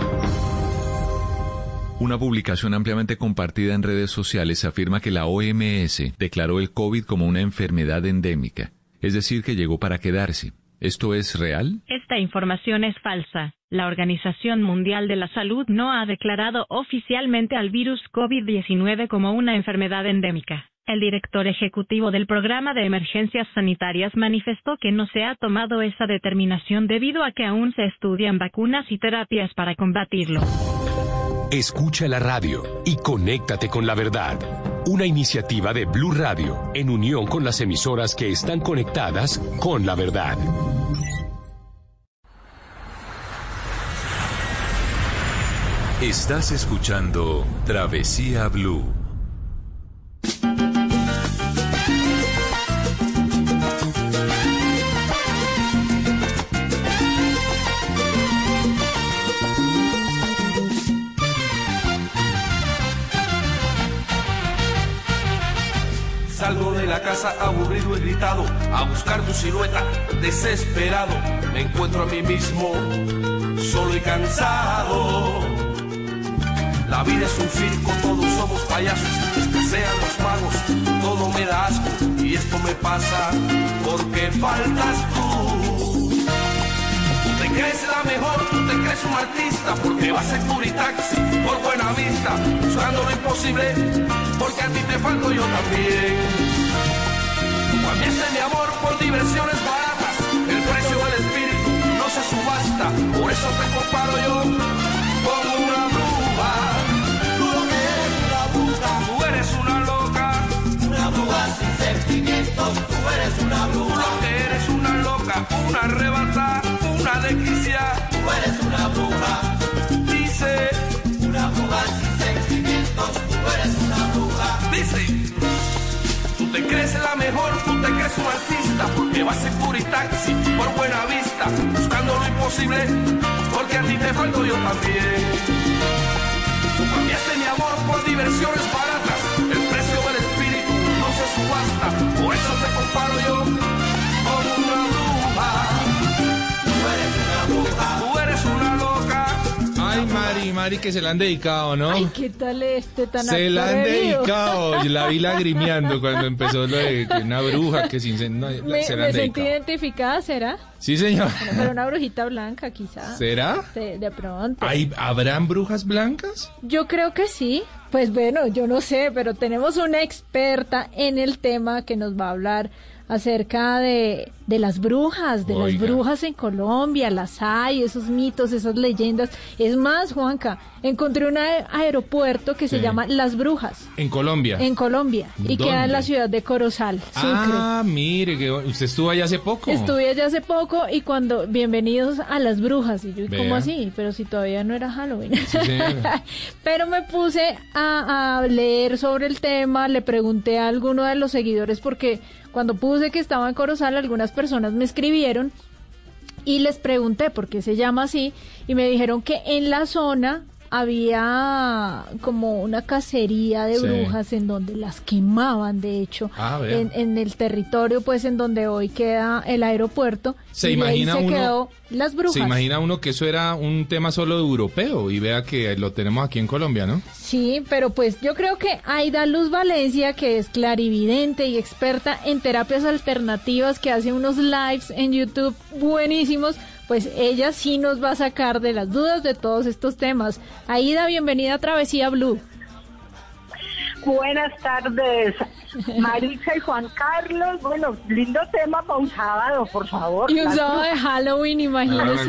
C: Una publicación ampliamente compartida en redes sociales afirma que la O M S declaró el COVID como una enfermedad endémica, es decir, que llegó para quedarse. ¿Esto es real?
L: Esta información es falsa. La Organización Mundial de la Salud no ha declarado oficialmente al virus COVID diecinueve como una enfermedad endémica. El director ejecutivo del Programa de Emergencias Sanitarias manifestó que no se ha tomado esa determinación debido a que aún se estudian vacunas y terapias para combatirlo.
K: Escucha la radio y conéctate con la verdad. Una iniciativa de Blue Radio en unión con las emisoras que están conectadas con la verdad.
C: Estás escuchando Travesía Blue.
M: Salgo de la casa aburrido y gritado, a buscar tu silueta, desesperado. Me encuentro a mí mismo, solo y cansado. La vida es un circo, todos somos payasos, escasean los magos, todo me da asco. Y esto me pasa porque faltas tú. Tú te crees la mejor, tú te crees crees un artista porque vas en Turitaxi por Buena Vista, buscando lo imposible, porque a ti te falto yo también. Cambiaste mi amor por diversiones baratas, el precio del espíritu no se subasta, por eso te comparo yo con una bruja. Tú lo que eres una bruja, tú eres una loca, una bruja sin sentimientos, tú eres una bruja. Tú lo que eres una loca, una arrebatada, una desquiciada, tú eres una bruja. Dice, una bruja sin sentimientos, tú eres una bruja. Dice, tú te crees la mejor, tú te crees un artista, porque vas en Turitaxi por Buena Vista, buscando lo imposible, porque a ti te falto yo también. Tú cambiaste mi amor por diversiones baratas, el precio del espíritu no se subasta, por eso te comparo yo con una bruja. Tú eres una bruja, tú eres una loca.
E: Ay, Mari, Mari, que se la han dedicado, ¿no?
F: Ay, ¿qué tal este tan
E: Se la han
F: atrevido?
E: dedicado. Yo la vi lagrimeando cuando empezó lo de que una bruja que sin no,
F: Me,
E: se la
F: me
E: han
F: sentí
E: dedicado.
F: identificada, ¿será?
E: Sí, señor.
F: Bueno, pero una brujita blanca, quizá.
E: ¿Será?
F: De, de pronto.
E: ¿Hay, ¿Habrán brujas blancas?
F: Yo creo que sí. Pues bueno, yo no sé, pero tenemos una experta en el tema que nos va a hablar acerca de, de las brujas, de
E: Oiga.
F: las brujas en Colombia, las hay, esos mitos, esas leyendas. Es más, Juanca, encontré un ae- aeropuerto que se
E: Sí.
F: llama Las Brujas,
E: En Colombia.
F: en Colombia, y
E: ¿Dónde?
F: queda en la ciudad de Corozal, Sucre.
E: Ah, mire, que usted estuvo allá hace poco.
F: Estuve allá hace poco y cuando, bienvenidos a las brujas, y yo,
E: Vea.
F: ¿cómo así? Pero si todavía no era Halloween.
E: Sí, señora.
F: Pero me puse a, a leer sobre el tema, le pregunté a alguno de los seguidores porque cuando puse que estaba en Corozal, algunas personas me escribieron y les pregunté por qué se llama así y me dijeron que en la zona había como una cacería de
E: Sí.
F: brujas en donde las quemaban, de hecho,
E: Ah, vea.
F: en, en el territorio pues en donde hoy queda el aeropuerto.
E: Se
F: y de ahí
E: imagina
F: se
E: uno-
F: quedó las brujas.
E: Se imagina uno que eso era un tema solo europeo y vea que lo tenemos aquí en Colombia, ¿no?
F: Sí, pero pues yo creo que Aida Luz Valencia, que es clarividente y experta en terapias alternativas, que hace unos lives en YouTube buenísimos, pues ella sí nos va a sacar de las dudas de todos estos temas. Aida, bienvenida a Travesía Blue.
N: Buenas tardes, Maritza y Juan Carlos. Bueno, lindo tema para un sábado, por favor.
F: Y un
N: Las
F: sábado de
N: brujas.
F: Halloween, imagínese.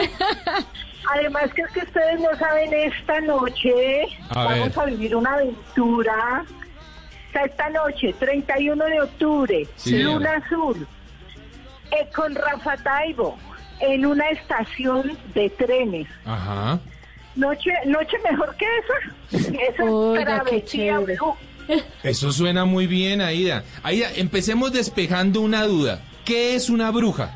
N: Además que es que ustedes no saben, esta noche
E: A
N: vamos
E: ver.
N: a vivir una aventura. O sea, esta noche, treinta y uno de octubre,
E: Sí,
N: Luna
E: señora.
N: Azul, eh, con Rafa Taibo, en una estación de trenes.
E: Ajá.
N: Noche, noche mejor que esa. Esa es
F: Oiga, qué
N: Travesía
F: chévere.
N: Blue.
E: Eso suena muy bien, Aida. Aida, empecemos despejando una duda. ¿Qué es una bruja?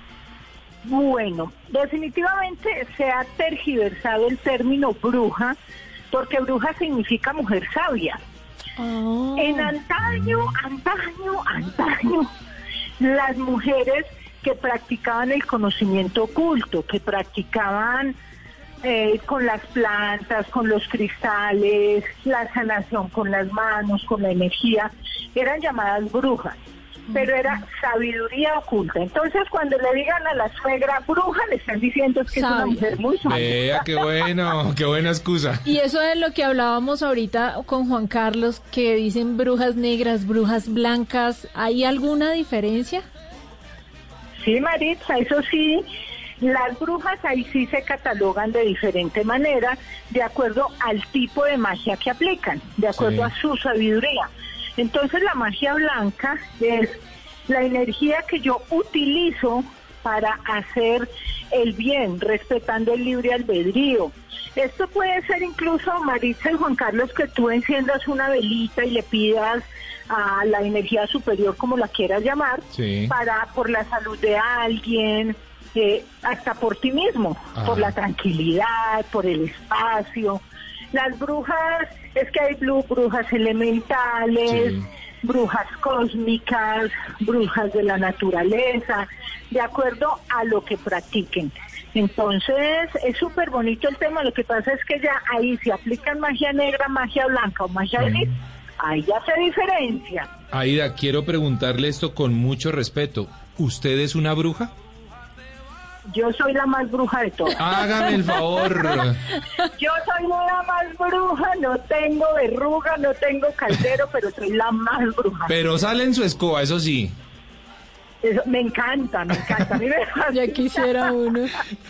N: Bueno, definitivamente se ha tergiversado el término bruja, porque bruja significa mujer sabia.
F: Oh.
N: En antaño, antaño, antaño, las mujeres que practicaban el conocimiento oculto, que practicaban eh, con las plantas, con los cristales, la sanación con las manos, con la energía, eran llamadas brujas, pero era sabiduría oculta. Entonces, cuando le digan a la suegra bruja, le están diciendo que es una
F: Sabia.
N: mujer muy sabia.
E: Vea, qué bueno, qué buena excusa.
F: Y eso es lo que hablábamos ahorita con Juan Carlos, que dicen brujas negras, brujas blancas. ¿Hay alguna diferencia?
N: Sí, Maritza, eso sí, las brujas ahí sí se catalogan de diferente manera, de acuerdo al tipo de magia que aplican, de acuerdo
E: Sí.
N: a su sabiduría. Entonces la magia blanca es la energía que yo utilizo para hacer el bien, respetando el libre albedrío. Esto puede ser incluso, Maritza y Juan Carlos, que tú enciendas una velita y le pidas a la energía superior, como la quieras llamar,
E: Sí.
N: para por la salud de alguien, eh, hasta por ti mismo,
E: Ajá.
N: por la tranquilidad, por el espacio. Las brujas, es que hay blu- brujas elementales,
E: Sí.
N: brujas cósmicas, brujas de la naturaleza, de acuerdo a lo que practiquen. Entonces, es súper bonito el tema. Lo que pasa es que ya ahí se aplican magia negra, magia blanca o magia gris, ahí ya se diferencia.
E: Aida, quiero preguntarle esto con mucho respeto. ¿Usted es una bruja?
N: Yo soy la más bruja de todas.
E: Hágame el favor.
N: Yo soy la más bruja, no tengo verruga, no tengo caldero, pero soy la más bruja.
E: Pero sale en su escoba, eso sí.
N: Eso, me encanta, me encanta. A mí me
F: ya quisiera uno.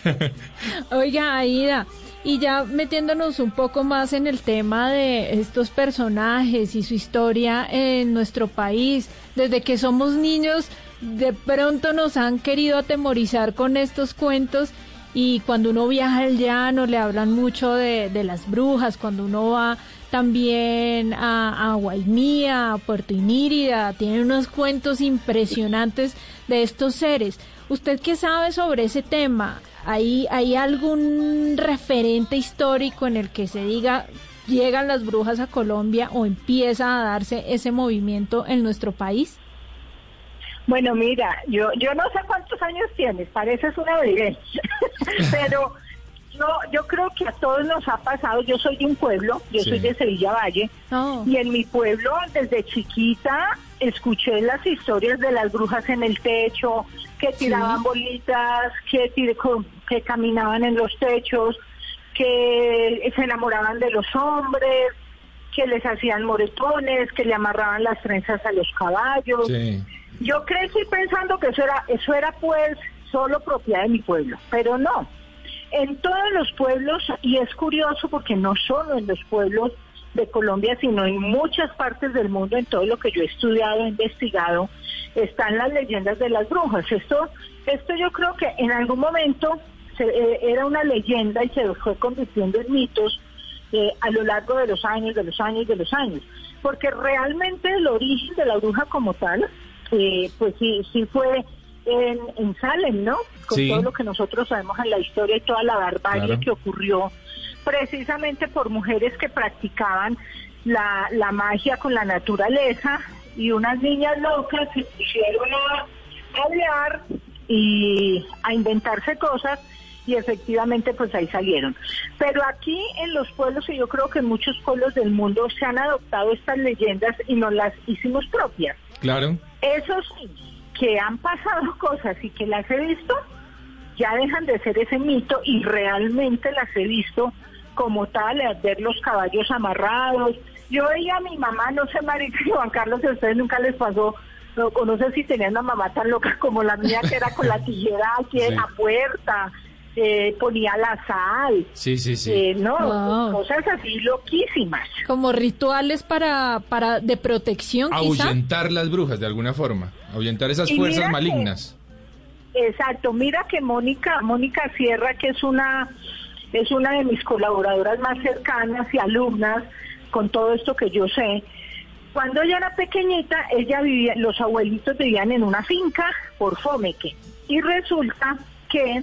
F: Oiga, Aida, y ya metiéndonos un poco más en el tema de estos personajes y su historia en nuestro país, desde que somos niños, de pronto nos han querido atemorizar con estos cuentos, y cuando uno viaja al llano le hablan mucho de, de las brujas, cuando uno va también a, a Guaymía, a Puerto Inírida, tienen unos cuentos impresionantes de estos seres. ¿Usted qué sabe sobre ese tema? ¿Hay, hay algún referente histórico en el que se diga llegan las brujas a Colombia o empieza a darse ese movimiento en nuestro país?
N: Bueno, mira, yo yo no sé cuántos años tienes, pareces una bebé, pero yo, yo creo que a todos nos ha pasado. Yo soy de un pueblo, yo sí. soy de Sevilla Valle, oh. y en mi pueblo desde chiquita escuché las historias de las brujas en el techo, que tiraban sí. bolitas, que, que caminaban en los techos, que se enamoraban de los hombres, que les hacían moretones, que le amarraban las trenzas a los caballos. Sí. Yo crecí pensando que eso era, eso era pues solo propiedad de mi pueblo, pero no. En todos los pueblos, y es curioso porque no solo en los pueblos de Colombia, sino en muchas partes del mundo, en todo lo que yo he estudiado, he investigado, están las leyendas de las brujas. Esto, esto yo creo que en algún momento se, eh, era una leyenda y se fue convirtiendo en mitos eh, a lo largo de los años, de los años, de los años. Porque realmente el origen de la bruja como tal, Eh, pues sí, sí fue en, en Salem, ¿no? Con sí. todo lo que nosotros sabemos en la historia y toda la barbarie claro. que ocurrió precisamente por mujeres que practicaban la, la magia con la naturaleza, y unas niñas locas se pusieron a hablar y a inventarse cosas, y efectivamente pues ahí salieron. Pero aquí en los pueblos, y yo creo que en muchos pueblos del mundo, se han adoptado estas leyendas y nos las hicimos propias.
E: Claro.
N: Eso sí, que han pasado cosas y que las he visto, ya dejan de ser ese mito y realmente las he visto como tal, ver los caballos amarrados. Yo veía a mi mamá, no sé, Marita y Juan Carlos, a ustedes nunca les pasó, no, no sé si tenían una mamá tan loca como la mía, que era con la tijera aquí en sí. la puerta, eh, ponía la sal.
E: Sí, sí, sí.
N: Eh, no,
F: wow.
N: cosas así loquísimas.
F: Como rituales para, para de protección,
E: ahuyentar
F: quizá.
E: Las brujas de alguna forma, ahuyentar esas y fuerzas malignas.
N: Que, exacto, mira que Mónica, Mónica Sierra, que es una, es una de mis colaboradoras más cercanas y alumnas con todo esto que yo sé. Cuando ella era pequeñita, ella vivía, los abuelitos vivían en una finca por Fomeque, y resulta que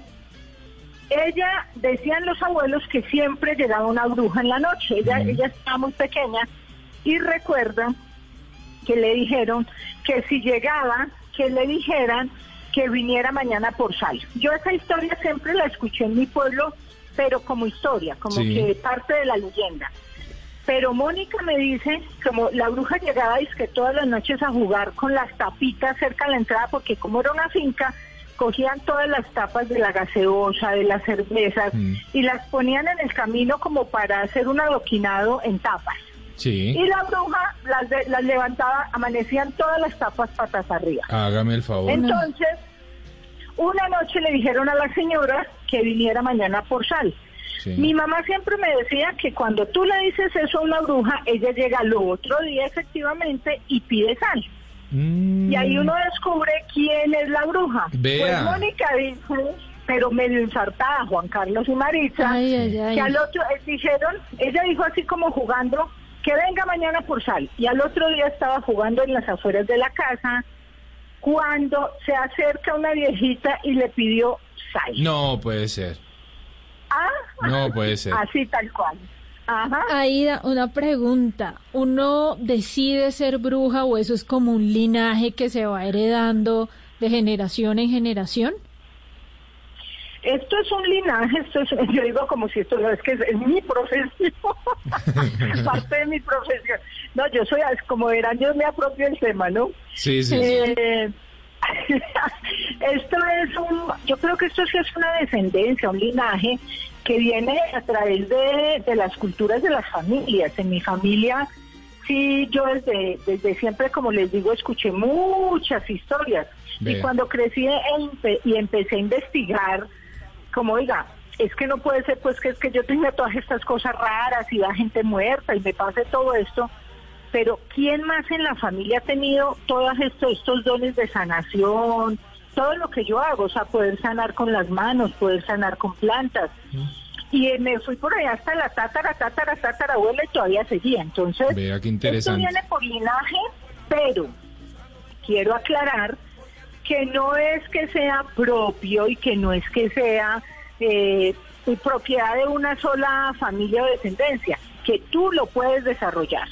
N: ella, decían los abuelos, que siempre llegaba una bruja en la noche. Ella, mm. ella estaba muy pequeña y recuerda que le dijeron que si llegaba, que le dijeran que viniera mañana por sal. Yo esa historia siempre la escuché en mi pueblo, pero como historia, como sí. que parte de la leyenda. Pero Mónica me dice, como la bruja llegaba y es que todas las noches a jugar con las tapitas cerca de la entrada, porque como era una finca, cogían todas las tapas de la gaseosa, de las cervezas, mm. y las ponían en el camino como para hacer un adoquinado en tapas.
E: Sí.
N: Y la bruja las, de, las levantaba, amanecían todas las tapas patas arriba.
E: Hágame el favor.
N: Entonces, una noche le dijeron a la señora que viniera mañana por sal. Sí. Mi mamá siempre me decía que cuando tú le dices eso a una bruja, ella llega al otro día efectivamente y pide sal. Mm. Y ahí uno descubre quién es la bruja.
E: Vea.
N: Pues Mónica dijo, pero medio infartada, Juan Carlos y Maritza,
F: ay, ay, ay.
N: que al otro eh, dijeron, ella dijo así como jugando, que venga mañana por sal. Y al otro día estaba jugando en las afueras de la casa, cuando se acerca una viejita y le pidió sal.
E: No puede ser.
N: ¿Ah?
E: No puede ser.
N: Así tal cual. Ajá.
F: Aida, una pregunta. ¿Uno decide ser bruja o eso es como un linaje que se va heredando de generación en generación?
N: Esto es un linaje, esto es, yo digo como si esto es que es, es mi profesión, parte de mi profesión. No, yo soy, como verán, yo me apropio el tema, ¿no?
E: Sí, sí.
N: Eh, esto es un, yo creo que esto sí es una descendencia, un linaje que viene a través de, de las culturas de las familias. En mi familia, sí, yo desde, desde siempre, como les digo, escuché muchas historias. Ve. Y cuando crecí e empe- y empecé a investigar, como, oiga, es que no puede ser, pues, que es que yo tenga todas estas cosas raras y da gente muerta y me pase todo esto. Pero ¿quién más en la familia ha tenido todos estos, estos dones de sanación? Todo lo que yo hago, o sea, poder sanar con las manos, poder sanar con plantas. Mm. Y eh, me fui por allá hasta la tátara, tátara, tátara abuela y todavía seguía. Entonces,
E: vea qué interesante.
N: Esto viene por linaje, pero quiero aclarar que no es que sea propio y que no es que sea eh, propiedad de una sola familia o descendencia, que tú lo puedes desarrollar.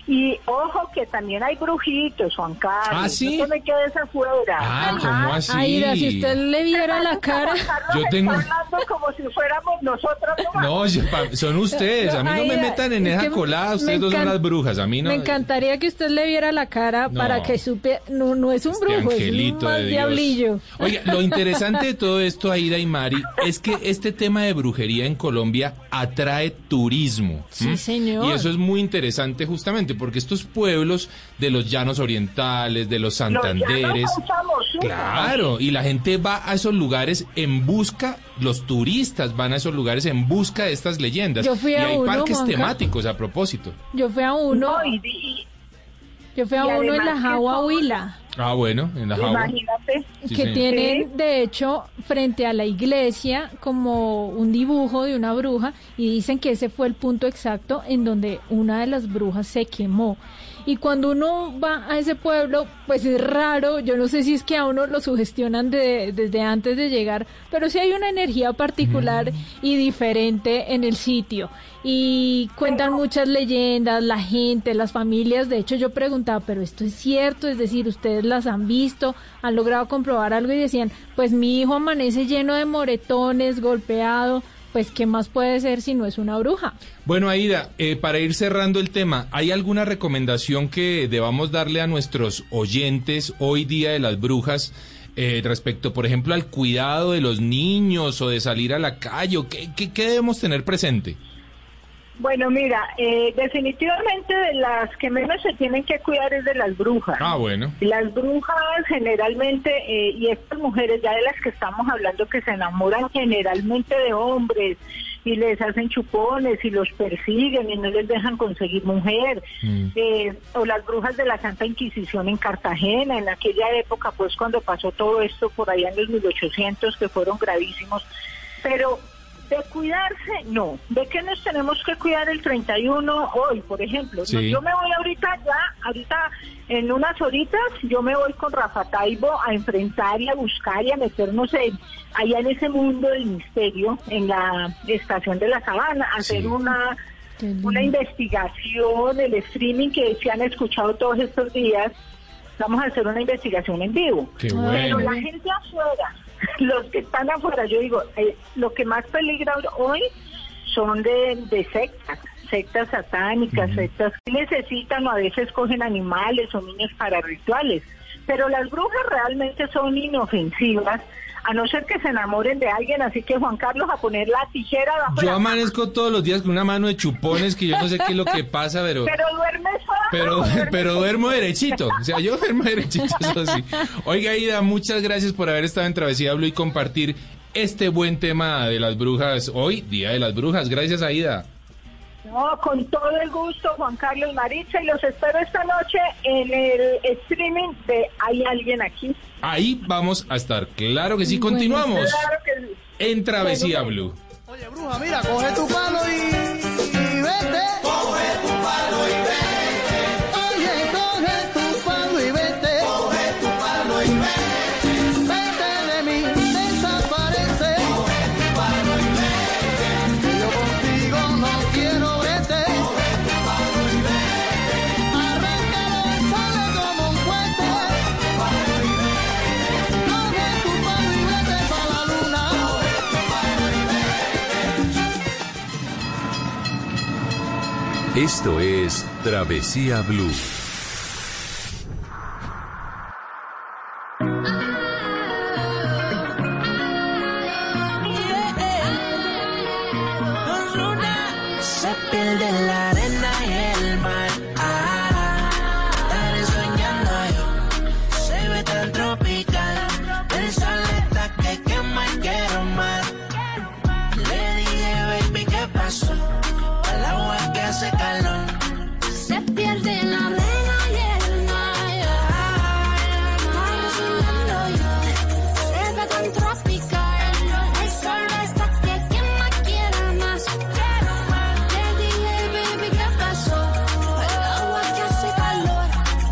N: Y ojo que también hay brujitos, Juan Carlos.
E: ¿Ah, sí?
N: No te me quedes afuera.
E: Ah, ¿cómo así?
F: Aida, si usted le viera la cara.
E: Yo tengo...
N: Está hablando como si fuéramos nosotros.
E: No, son ustedes. A mí no, no me metan en esa colada. Ustedes dos son las brujas. A mí no.
F: Me encantaría que usted le viera la cara no. para que supiera. No, no es un
E: este
F: brujo,
E: angelito
F: es un mal
E: de
F: diablillo.
E: Oiga, lo interesante de todo esto, Aida y Mari, es que este tema de brujería en Colombia atrae turismo.
F: Sí, ¿m? Señor.
E: Y eso es muy interesante justamente porque estos pueblos de los llanos orientales, de los Santanderes,
N: los
E: claro, y la gente va a esos lugares en busca, los turistas van a esos lugares en busca de estas leyendas.
F: Yo fui
E: y
F: a
E: hay
F: uno,
E: parques
F: Juanca.
E: temáticos a propósito.
F: Yo fui a uno.
N: No, y, y,
F: yo fui a uno en la Jagua Huila.
E: Ah, bueno, en la Jagua.
N: Imagínate.
F: Sí, que
E: señor.
F: tienen,
N: Sí.
F: de hecho, frente a la iglesia, como un dibujo de una bruja, y dicen que ese fue el punto exacto en donde una de las brujas se quemó. Y cuando uno va a ese pueblo, pues es raro, yo no sé si es que a uno lo sugestionan de, desde antes de llegar, pero sí hay una energía particular mm. y diferente en el sitio. Y cuentan muchas leyendas, la gente, las familias. De hecho, yo preguntaba, ¿pero esto es cierto? Es decir, ¿ustedes las han visto? ¿Han logrado comprobar algo? Y decían, pues mi hijo amanece lleno de moretones, golpeado. Pues, ¿qué más puede ser si no es una bruja?
E: Bueno, Aida, eh, para ir cerrando el tema, ¿hay alguna recomendación que debamos darle a nuestros oyentes hoy día de las brujas eh, respecto, por ejemplo, al cuidado de los niños o de salir a la calle? ¿Qué, qué, qué debemos tener presente?
N: Bueno, mira, eh, definitivamente de las que menos se tienen que cuidar es de las brujas.
E: Ah, bueno.
N: Las brujas generalmente, eh, y estas mujeres ya de las que estamos hablando que se enamoran generalmente de hombres y les hacen chupones y los persiguen y no les dejan conseguir mujer. Mm. Eh, o las brujas de la Santa Inquisición en Cartagena, en aquella época, pues cuando pasó todo esto por allá en los mil ochocientos, que fueron gravísimos. Pero de cuidarse, no. ¿De qué nos tenemos que cuidar el treinta y uno hoy, por ejemplo? Sí. No, yo me voy ahorita ya, ahorita en unas horitas, yo me voy con Rafa Taibo a enfrentar y a buscar y a meternos en, allá en ese mundo del misterio, en la estación de la Sabana, a hacer sí. una, una investigación, el streaming que se han escuchado todos estos días. Vamos a hacer una investigación en vivo.
E: Qué bueno.
N: Pero la gente afuera, los que están afuera, yo digo, eh, lo que más peligra hoy son de, de sectas, sectas satánicas, uh-huh. sectas que necesitan o a veces cogen animales o niños para rituales, pero las brujas realmente son inofensivas, a no ser que se enamoren de alguien, así que Juan Carlos, a poner la tijera bajo
E: Yo
N: la
E: amanezco
N: cama.
E: Todos los días con una mano de chupones que yo no sé qué es lo que pasa, pero...
N: Pero duermes solo.
E: Pero,
N: duermes
E: pero duermo derechito, o sea, yo duermo derechito, eso sí. Oiga, Aida, muchas gracias por haber estado en Travesía Blue y compartir este buen tema de las brujas hoy, Día de las Brujas. Gracias, Aida.
N: No, con todo el gusto, Juan Carlos, Maritza, y los espero esta noche en el streaming de Hay Alguien Aquí.
E: Ahí vamos a estar, claro que sí. Continuamos
N: claro que sí.
E: en Travesía bueno, Blue.
G: Oye, bruja, mira, coge tu palo y, y vete. Coge tu palo y vete. Oye, coge tu palo y vete. Coge tu palo y vete. Vete de mí, desaparece. Coge tu palo y vete. Yo contigo no quiero vete. Coge tu palo y vete. Arráncalo, sale como un cohete. Coge tu palo y vete. Coge tu palo y vete para la luna. Coge tu palo y vete.
C: Esto es Travesía Blue.
O: pierde en la arena y el mar. Ah, estaré soñando yo, se ve tan tropical. El sol está que quema y quiero más. Le dije, baby, ¿qué pasó? Al agua que hace calor.
P: Se pierde en la arena y el mar. Estaré soñando yo, se ve tan tropical. El sol está que quema y quiero más. Le dije, baby, ¿qué pasó? Al agua que hace calor.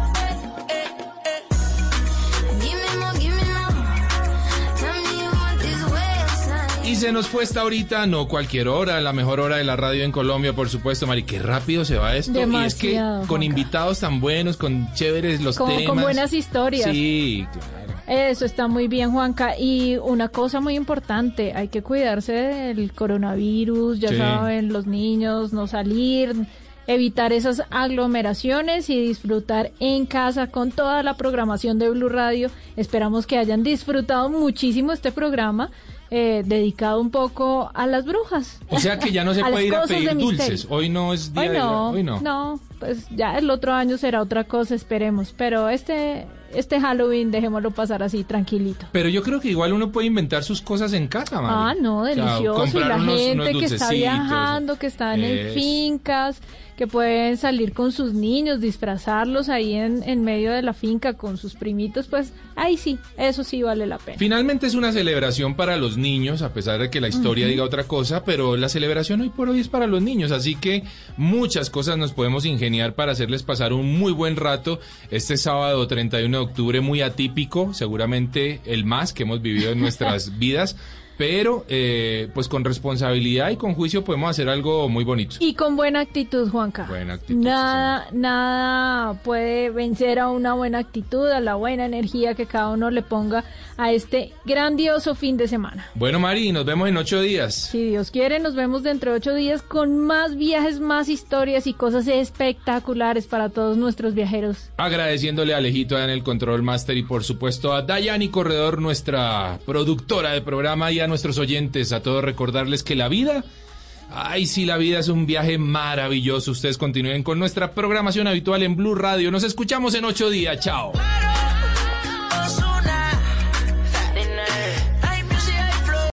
P: Give me more, give me more. Tell me you want this way of time.
E: Y se nos fue esta horita, no cualquier hora, la mejor hora de la radio en Colombia, por supuesto, Mari, qué rápido se va esto.
F: Demasiado,
E: y es que con
F: Juanca.
E: invitados tan buenos, con chéveres los
F: Con,
E: temas.
F: con buenas historias.
E: Sí, claro.
F: Eso está muy bien, Juanca. Y una cosa muy importante, hay que cuidarse del coronavirus, ya
E: Sí.
F: saben, los niños, no salir, evitar esas aglomeraciones y disfrutar en casa con toda la programación de Blue Radio. Esperamos que hayan disfrutado muchísimo este programa. Eh, dedicado un poco a las brujas.
E: O sea que ya no se
F: A
E: puede
F: las
E: ir a
F: cosas
E: pedir
F: de
E: dulces.
F: misterio.
E: Hoy no es día
F: Hoy
E: de
F: no,
E: hoy no.
F: no, pues ya el otro año será otra cosa, esperemos. Pero este, este Halloween dejémoslo pasar así, tranquilito.
E: Pero yo creo que igual uno puede inventar sus cosas en casa, Mari.
F: Ah, no,
E: O sea,
F: delicioso. y
E: comprar
F: la
E: unos-
F: gente
E: unos
F: que está
E: dulcecitos.
F: viajando, que están en
E: Eso.
F: fincas, que pueden salir con sus niños, disfrazarlos ahí en, en medio de la finca con sus primitos, pues ahí sí, eso sí vale la pena.
E: Finalmente es una celebración para los niños, a pesar de que la historia
F: Ujú.
E: diga otra cosa, pero la celebración hoy por hoy es para los niños, así que muchas cosas nos podemos ingeniar para hacerles pasar un muy buen rato este sábado treinta y uno de octubre, muy atípico, seguramente el más que hemos vivido en nuestras vidas, pero eh, pues con responsabilidad y con juicio podemos hacer algo muy bonito.
F: Y con buena actitud, Juanca.
E: Buena actitud,
F: Nada, nada puede vencer a una buena actitud, a la buena energía que cada uno le ponga a este grandioso fin de semana.
E: Bueno, Mari, nos vemos en ocho días.
F: Si Dios quiere, nos vemos dentro de ocho días con más viajes, más historias y cosas espectaculares para todos nuestros viajeros.
E: Agradeciéndole a Alejito en el Control Master y por supuesto a Dayani Corredor, nuestra productora de programa, y a nuestros oyentes, a todos recordarles que la vida, ay sí, la vida es un viaje maravilloso. Ustedes continúen con nuestra programación habitual en Blue Radio. Nos escuchamos en ocho días. Chao.